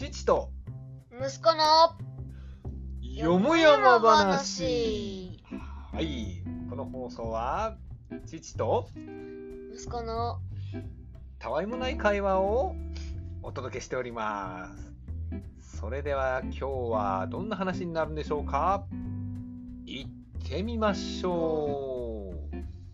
父と息子のよもやま話。はい、この放送は父と息子のたわいもない会話をお届けしております。それでは今日はどんな話になるんでしょうか。行ってみましょう。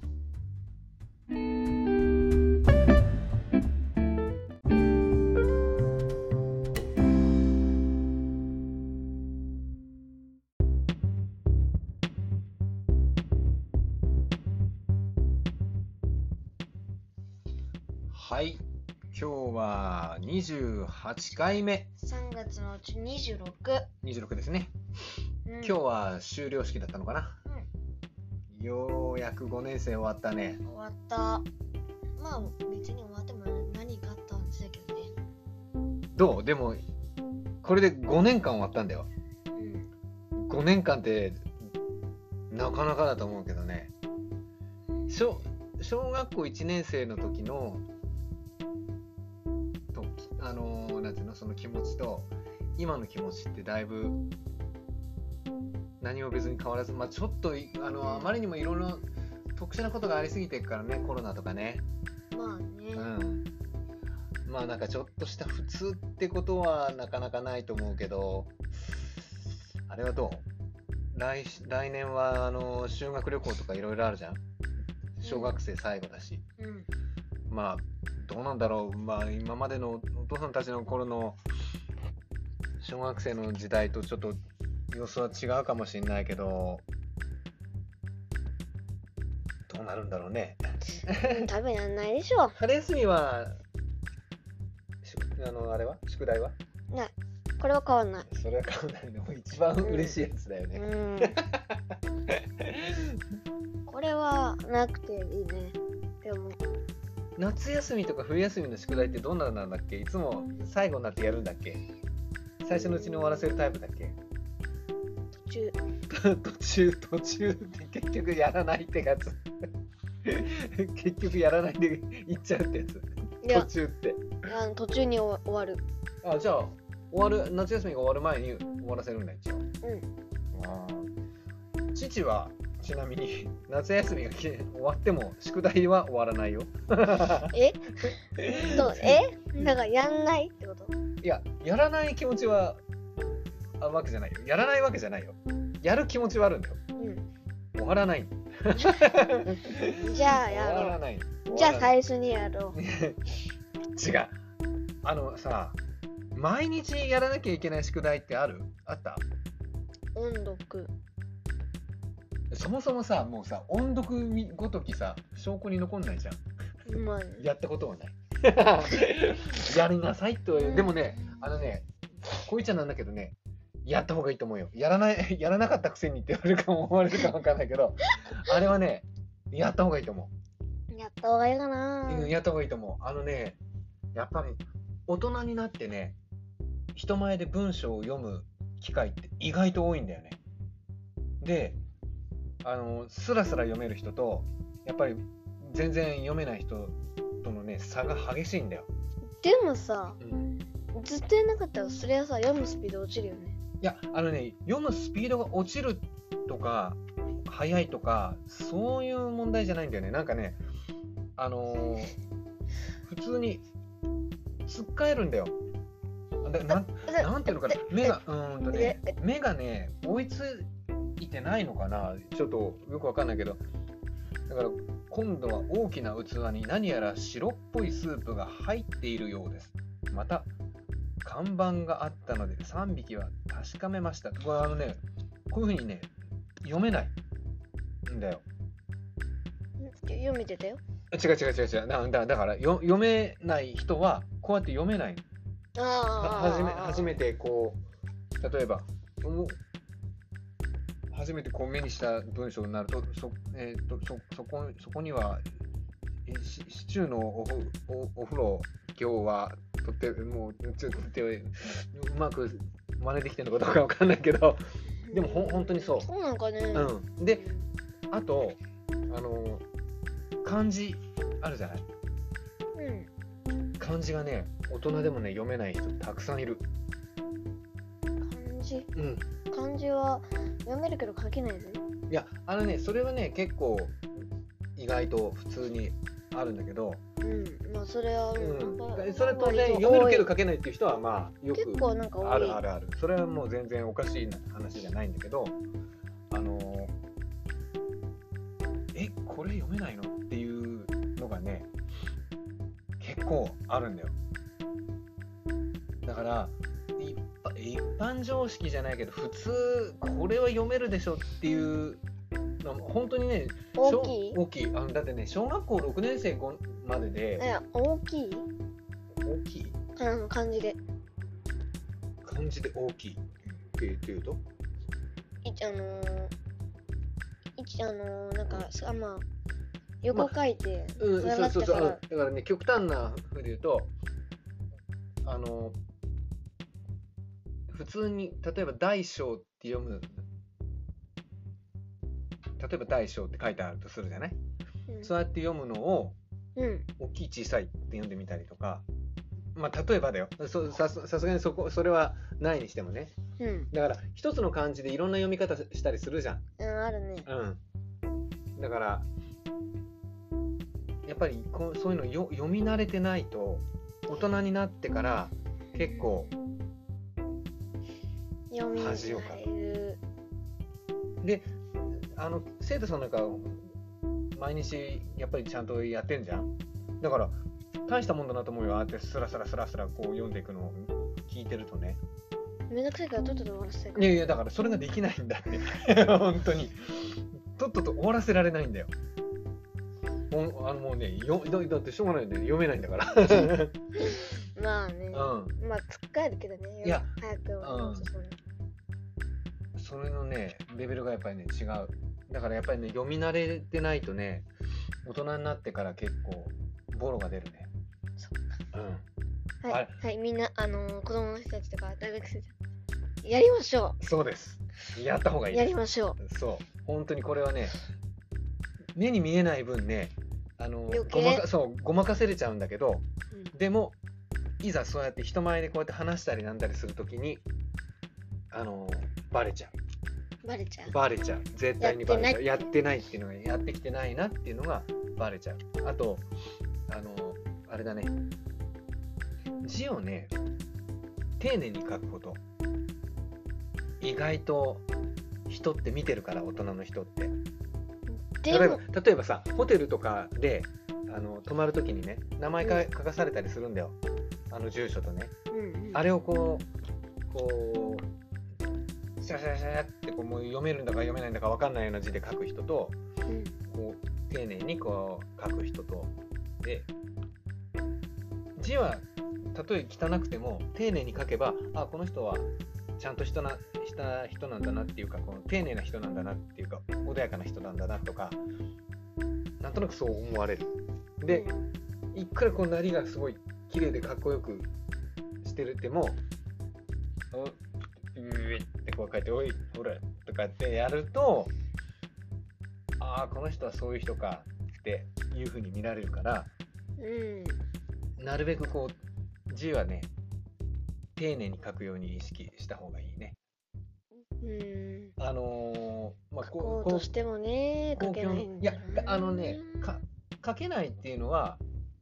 はい、今日は28回目。 3月のうち26。 26ですね。 今今日は終了式だったのかな。ようやく5年生終わったね。 終わった。まあ別に終わっても何かあったんですけどね。 どう？でもこれで5年間終わったんだよ。5年間ってなかなかだと思うけどね。小学校1年生の時のなんていうの、その気持ちと今の気持ちってだいぶ何も別に変わらず、ちょっとあまりにもいろいろ特殊なことがありすぎてるからね、コロナとかね。 まあね。 なんかちょっとした普通ってことはなかなかないと思うけど、あれはどう？来年は修学旅行とかいろいろあるじゃん。小学生最後だし。どうなんだろう。今までのお父さんたちの頃の小学生の時代とちょっと様子は違うかもしれないけど、どうなるんだろうね。 多分やんないでしょ。 春休みはあれは宿題はない。これは変わんない。 それは変わんないのも一番嬉しいやつだよね。 これはなくていいね。でも夏休みとか冬休みの宿題ってどんなのなんだっけ？いつも最後になってやるんだっけ？最初のうちに終わらせるタイプだっけ？途中って結局やらないってやつ。結局やらないで行っちゃうってやつ。途中って。 途中に終わる。 じゃあ夏休みが終わる前に終わらせるんだ一応。父はちなみに夏休みが終わっても宿題は終わらないよ。 だからやんないってこと？ いや、やらない気持ちはわけじゃないよ。やらないわけじゃないよ。やる気持ちはあるんだよ。終わらない。 じゃあやろう。 終わらない。 じゃあ最初にやろう。 違う。さ、毎日やらなきゃいけない宿題ってあった？ 音読。 そもそもさ、もうさ、音読ごときさ、証拠に残んないじゃん。やったことはない。やりなさいと。でもね、こいちゃなんだけどね、やった方がいいと思うよ。やらなかったくせにって思われるかもわかんないけど、あれはね、やった方がいいと思う。やった方がいいかな。 やった方がいいと思う。やっぱり大人になってね、人前で文章を読む機会って意外と多いんだよね。で、スラスラ読める人とやっぱり全然読めない人とのね差が激しいんだよ。 でもさ、ずっとやんなかったらそれはさ、読むスピード落ちるよね。 いや、読むスピードが落ちるとか速いとかそういう問題じゃないんだよね。なんかね、普通につっかえるんだよ。なんていうのかな、目がね追いついてないのかな、ちょっとよくわかんないけど、だから今度は大きな器に何やら白っぽいスープが入っているようです。また看板があったので3匹は確かめました。これこういう風にね読めないんだよ。 読めてたよ。 違う。だから読めない人はこうやって読めない。初めてこう、例えば初めてこう目にした文章になると、そこにはシチューのお風呂今日はとってもちょっとうまく真似できてるのかどうかわかんないけど、でも本当にそう。 そうなんかね。 で、あと漢字あるじゃない。漢字がね、大人でもね読めない人たくさんいる。 じうん。 漢字は読めるけど書けないぜ。 いや、それはね、結構意外と普通にあるんだけど、 まあそれは、 それは当然読めるけど書けないっていう人はまあよく結構なんか多い。 ある。それはもう全然おかしい話じゃないんだけど、これ読めないのっていうのがね、結構あるんだよ。だから一般常識じゃないけど、普通これは読めるでしょっていうの本当にね、 大きい。 だってね、小学校6年生までで。 いや、大きい漢字で大きいっていうと、 なんかまあ横書いて、 そうだからね、極端な風で言うと、普通に例えば大小って読む、例えば大小って書いてあるとするじゃない、そうやって読むのを、大きい小さいって読んでみたりとか、まあ例えばだよ、さすがにそれはないにしてもね、だから一つの漢字でいろんな読み方したりするじゃん。 あるね。 だからやっぱりそういうの読み慣れてないと、大人になってから結構恥よかで、生徒さんなんか毎日やっぱりちゃんとやってんじゃん。だから大したもんだなと思うよ。ああやってスラスラこう読んでいくのを聞いてるとね。 めんどくさいからとっとと終わらせたい。 いやだからそれができないんだって本当にとっとと終わらせられないんだよ。もうね、だってしょうがないよね、読めないんだからまあね、まあ使えるけどね。 いや、 早く終わらせそうね。 それのね、レベルがやっぱりね、違う。だからやっぱりね、読み慣れてないとね、大人になってから結構ボロが出るね。 そっか。はい、みんな子供の人たちとか大学生たちやりましょう。 そうです。やった方がいいです。 やりましょう。 そう、本当にこれはね、目に見えない分ね、ごまかせれちゃうんだけど、でもいざそうやって人前でこうやって話したりなんだりするときにバレちゃう。絶対にバレちゃう。やってないっていうのが、やってきてないなっていうのがバレちゃう。あとあれだね、字をね丁寧に書くこと、意外と人って見てるから、大人の人って。例えばさ、ホテルとかで泊まるときにね、名前書かされたりするんだよ、住所とね、あれをこうシャシャシャってこう、もう読めるんだか読めないんだか分かんないような字で書く人と、こう丁寧にこう書く人とで、字はたとえ汚くても丁寧に書けば、あ、この人はちゃんとした人なんだなっていうか、この丁寧な人なんだなっていうか、穏やかな人なんだなとか、なんとなくそう思われる。で、いくらこうなりがすごい綺麗でかっこよくしてるっても、ってこう書いて、おいほらとかってやると、ああこの人はそういう人かっていう風に見られるから、なるべくこう字はね丁寧に書くように意識した方がいいね。 書こうとしてもね、書けないんだ。 いや、書けないっていうのは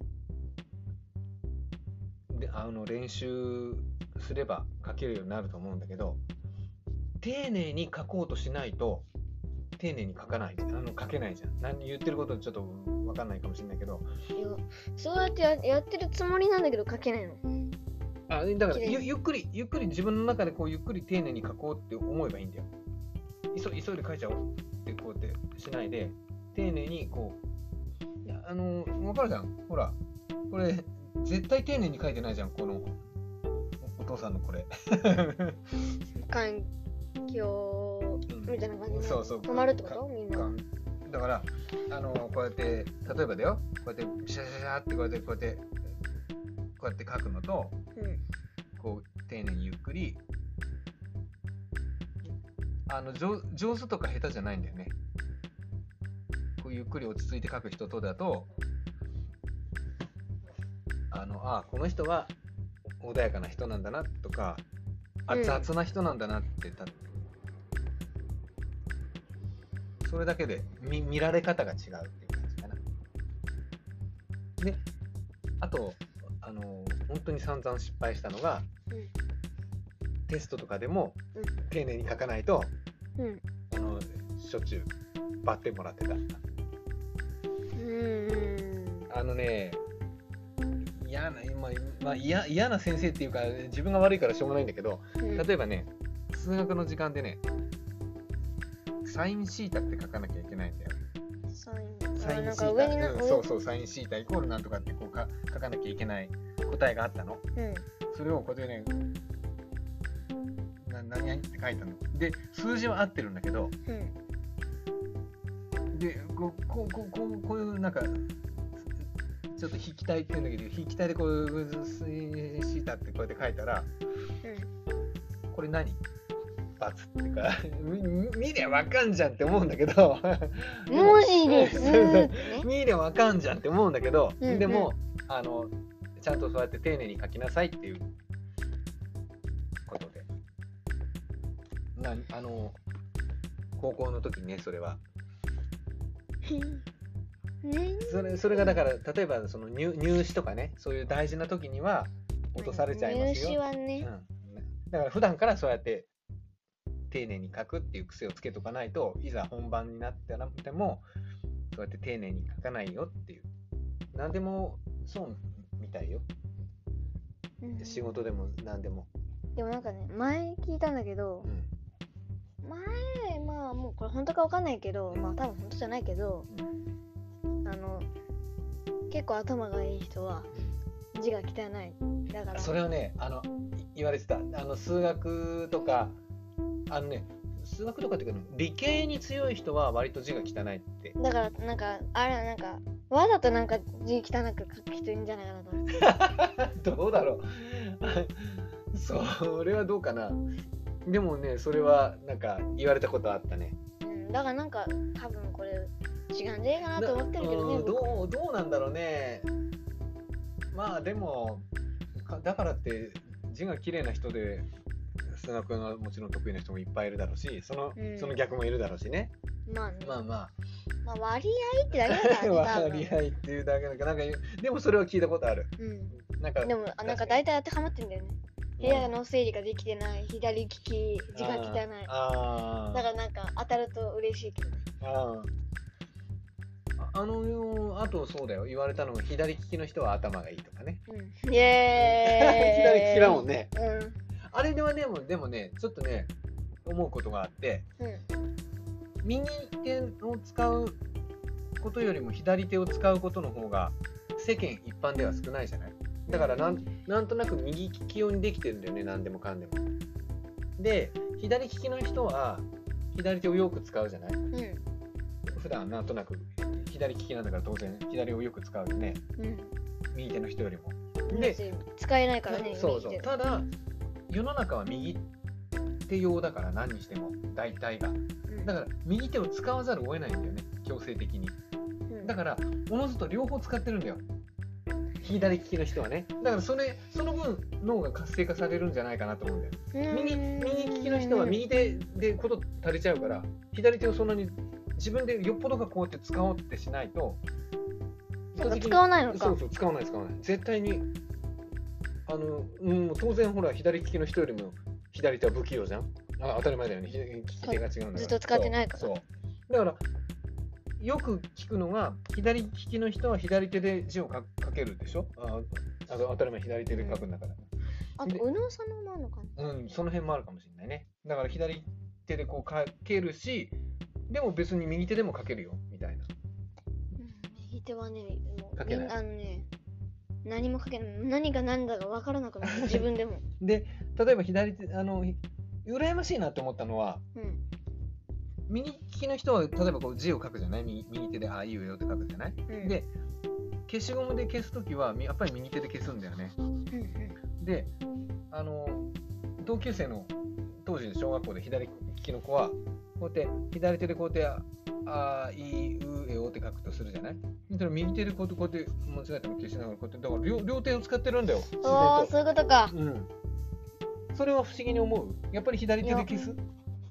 練習すれば書けるようになると思うんだけど、丁寧に書こうとしないと丁寧に書けないじゃん。何言ってることちょっと分かんないかもしれないけど、 そうやってやってるつもりなんだけど書けないの。 だからゆっくり自分の中でこうゆっくり丁寧に書こうって思えばいいんだよ。急いで書いちゃおうってこうやってしないで、丁寧にこう、分かるじゃん。ほらこれ絶対丁寧に書いてないじゃん、このお父さんのこれ環境みたいな感じで止まるってこと？みんなだからこうやって例えばだよ、こうやってシャシャシャってこうやって書くのと、こう丁寧にゆっくり、上手とか下手じゃないんだよね。こうゆっくり落ち着いて書く人とだと、この人は穏やかな人なんだなとか、 雑な人なんだなってそれだけで見られ方が違うっていう感じかな。で、あと本当に散々失敗したのが、テストとかでも丁寧に書かないと、しょっちゅうバッテンもらってた。嫌な先生っていうか自分が悪いからしょうがないんだけど、例えばね、数学の時間でね、サインシータって書かなきゃいけないんだよ。サインシータ、そう、サインシータイコールなんとかってこう書かなきゃいけない答えがあったの。それをこうやってね、何々って書いたの。で、数字は合ってるんだけど、で、こういうなんかちょっと筆記体って言うんだけど、筆記体でこうシータってこうやって書いたら、これ何？バツってか見りゃわかんじゃんって思うんだけど文字です見りゃわかんじゃんって思うんだけど、でもちゃんとそうやって丁寧に書きなさいっていうことで、高校の時にね、それはそれがだから、例えばその入試とかね、そういう大事な時には落とされちゃいますよ。 入試はね、 だから普段からそうやって丁寧に書くっていう癖をつけとかないと、いざ本番になってなくてもそうやって丁寧に書かないよっていう。何でもそうみたいよ、仕事でも何でも。 でもなんかね、前聞いたんだけど、まあもうこれ本当かわかんないけど、まあ多分本当じゃないけど、結構頭がいい人は字が汚い。だからそれをね、言われてた。数学とか数学とかっていうか、理系に強い人は割と字が汚いって。 だからなんかわざとなんか字汚く書く人いるんじゃないかなと思って。 どうだろう。それはどうかな。でもね、それはなんか言われたことあったね。 だからなんか多分これ違うんじゃないかなと思ってるけどね。 どうなんだろうね。まあでもだからって字が綺麗な人で数学がもちろん得意な人もいっぱいいるだろうし、その逆もいるだろうしね。 まあね。 まあ割合ってだけだからね。割合っていうだけだから、でもそれは聞いたことある。 でもなんか大体当てはまってんだよね。部屋の整理ができてない、左利き、字が汚い。だからなんか当たると嬉しいけどね。 あとそうだよ、言われたのが左利きの人は頭がいいとかね。 イエーイ左利きだもんね。あれではでもね、ちょっとね思うことがあって、右手を使うことよりも左手を使うことの方が世間一般では少ないじゃない。だからなんとなく右利き用にできてるんだよね、何でもかんでも。で、左利きの人は左手をよく使うじゃない。普段なんとなく左利きなんだから当然左をよく使うよね。右手の人よりも。 で、使えないからね。 そう。ただ世の中は右手用だから、何にしても大体が。だから右手を使わざるを得ないんだよね、強制的に。だからおのずと両方使ってるんだよ、左利きの人はね。だからその分脳が活性化されるんじゃないかなと思うんだよ。右利きの人は右手でこと足りちゃうから、左手をそんなに自分でよっぽどがこうやって使おうってしないと。 使わないのか。 そう使わない。絶対に当然ほら左利きの人よりも左手は不器用じゃん。当たり前だよね。利き手が違うんだから。 ずっと使ってないから。 そう。だからよく聞くのが、左利きの人は左手で字を書けるでしょ。当たり前、左手で書くんだから。 あと右脳左脳もあるのかな。 その辺もあるかもしれないね。だから左手でこう書けるし、でも別に右手でも書けるよみたいな。 右手はね、もう書けない。何も書けない。何が何だか分からなくなる、自分でも。 で、例えば左手羨ましいなって思ったのは、右利きの人は例えばこう字を書くじゃない。右手でいいよって書くじゃない。で、消しゴムで消すときはやっぱり右手で消すんだよね。で、同級生の当時小学校で左利きの子はこうやって左手でこうやっていうえおって書くとするじゃない。右手でこうやって間違えても消しながらこうやって、だから両手を使ってるんだよ。 そういうことか。 それは不思議に思う。やっぱり左手で消す？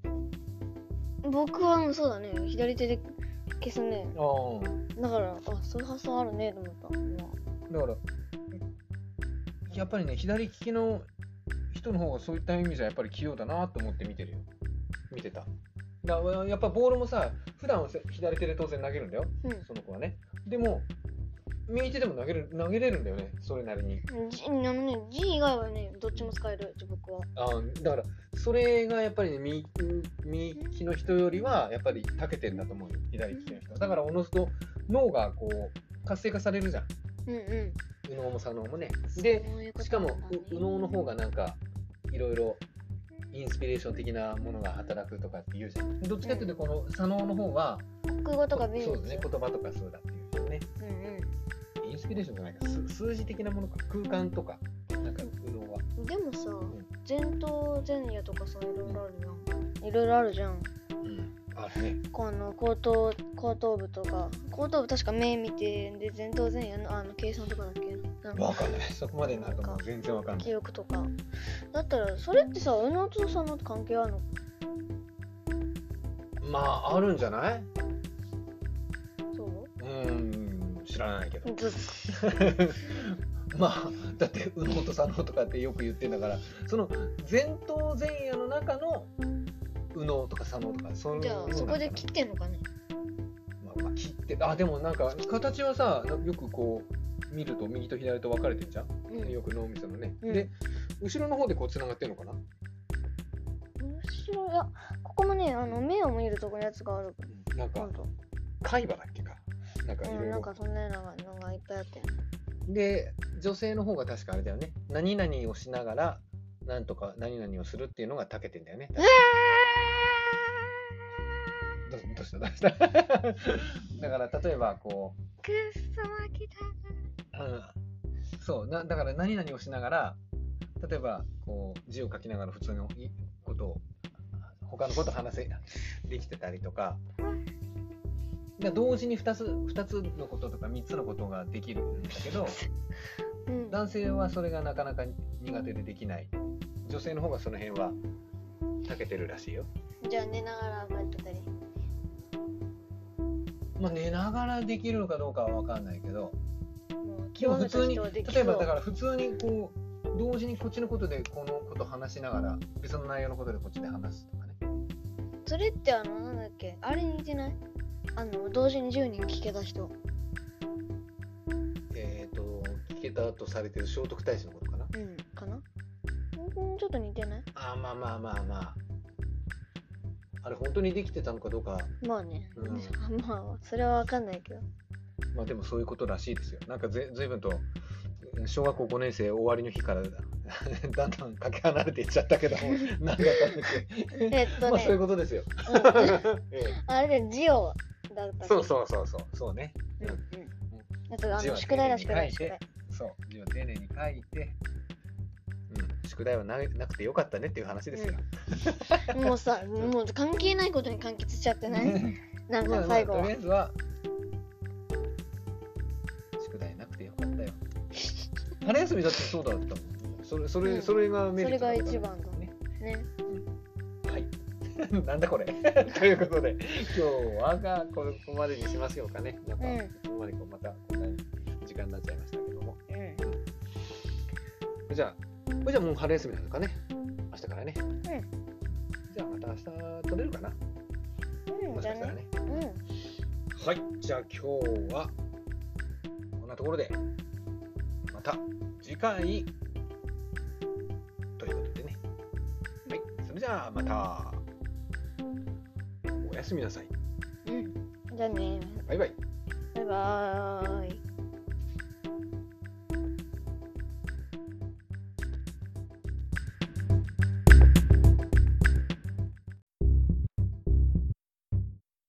僕はそうだね、左手で消すね。だからそういう発想あるねと思った。 だからやっぱりね、左利きの人の方がそういった意味じゃやっぱり器用だなと思って見てた。やっぱボールもさ、普段は左手で当然投げるんだよ、その子はね。でも右手でも投げれるんだよね、それなりに。 G 以外はね、どっちも使える、僕は。 だからそれがやっぱりね、右利きの人よりはやっぱり長けてんだと思うよ、左利きの人。だからおのずと脳がこう活性化されるじゃん。右脳も左脳もね。で、しかも右脳の方がなんかいろいろインスピレーション的なものが働くとかって言うじゃん。どっちかっていうとこの左脳の方は国語とか美術、 そうですね、言葉とかそうだっていうよね。インスピレーションじゃないか、数字的なものか、空間とか、なんか右脳は。 でもさ、前頭前野とかさ、いろいろあるじゃん。いろいろあるじゃん。 あるね。 この後頭部とか、後頭部確か目見て、で前頭前野の計算とかだっけ？ わかんない。そこまでになるともう全然わかんない。 記憶とか。だったらそれってさ、右脳と左脳と関係あるの？ まああるんじゃない？ そう？ 知らないけど。まあだって右脳と左脳とかってよく言ってんだから、その前頭前野の中の右脳とか左脳とか、 じゃあそこで切ってんのかね。 まあ切って、でもなんか形はさ、よくこう見ると右と左と分かれてんじゃん、よく脳みそのね、で後ろの方でこうつながってんのかな。 後ろ、いや、ここもね、目を見るとこのやつがある。 なんか海馬だっけか、なんかいろいろ、 なんかそんなのがいっぱいあって。で、 女性の方が確かあれだよね、何々をしながらなんとか何々をするっていうのが長けてんだよね。どうしただから例えばこう、 くっそまきた。 そうだから何々をしながら、例えばこう字を書きながら普通のことを、他のことを話できてたりとか、同時に2つのこととか3つのことができるんだけど、男性はそれがなかなか苦手でできない。女性の方がその辺は長けてるらしいよ。 じゃあ寝ながらやってたり。 寝ながらできるのかどうかは分かんないけど、でも普通に、例えばだから普通にこう同時にこっちのことでこのこと話しながら別の内容のことでこっちで話すとかね。 それってなんだっけ、あれに似てない？同時に10人聞けた人。 聞けたとされてる聖徳太子のことかな。 かな。ちょっと似てない？ まあ。あれ本当にできてたのかどうか。 まあね。まあそれは分かんないけど。 まあでもそういうことらしいですよ。なんかずいぶんと小学校5年生終わりの日からだんだんかけ離れていっちゃったけども、何だったんだっけ。まあそういうことですよ。 あれでジオだった。 そうね。 宿題。 そう、字を丁寧に書いて、宿題はなくてよかったねっていう話ですよ。 もうさ、もう関係ないことに完結しちゃってない？なんか最後は。 とりあえずは宿題なくてよかったよ。春休みだってそうだったもん。それがメリットだったから。 それが一番だね。 はい。なんだこれ。ということで今日はここまでにしましょうかね。なんかここまでまたこんな時間になっちゃいましたけども。じゃあもう春休みなのかね。明日からね。じゃあまた明日撮れるかな。もしかしたらね。はい。じゃあ今日はこんなところでまた次回ということでね。はい。それじゃあまたおやすみなさい。 じゃあね。 バイバイ。 バイバーイ。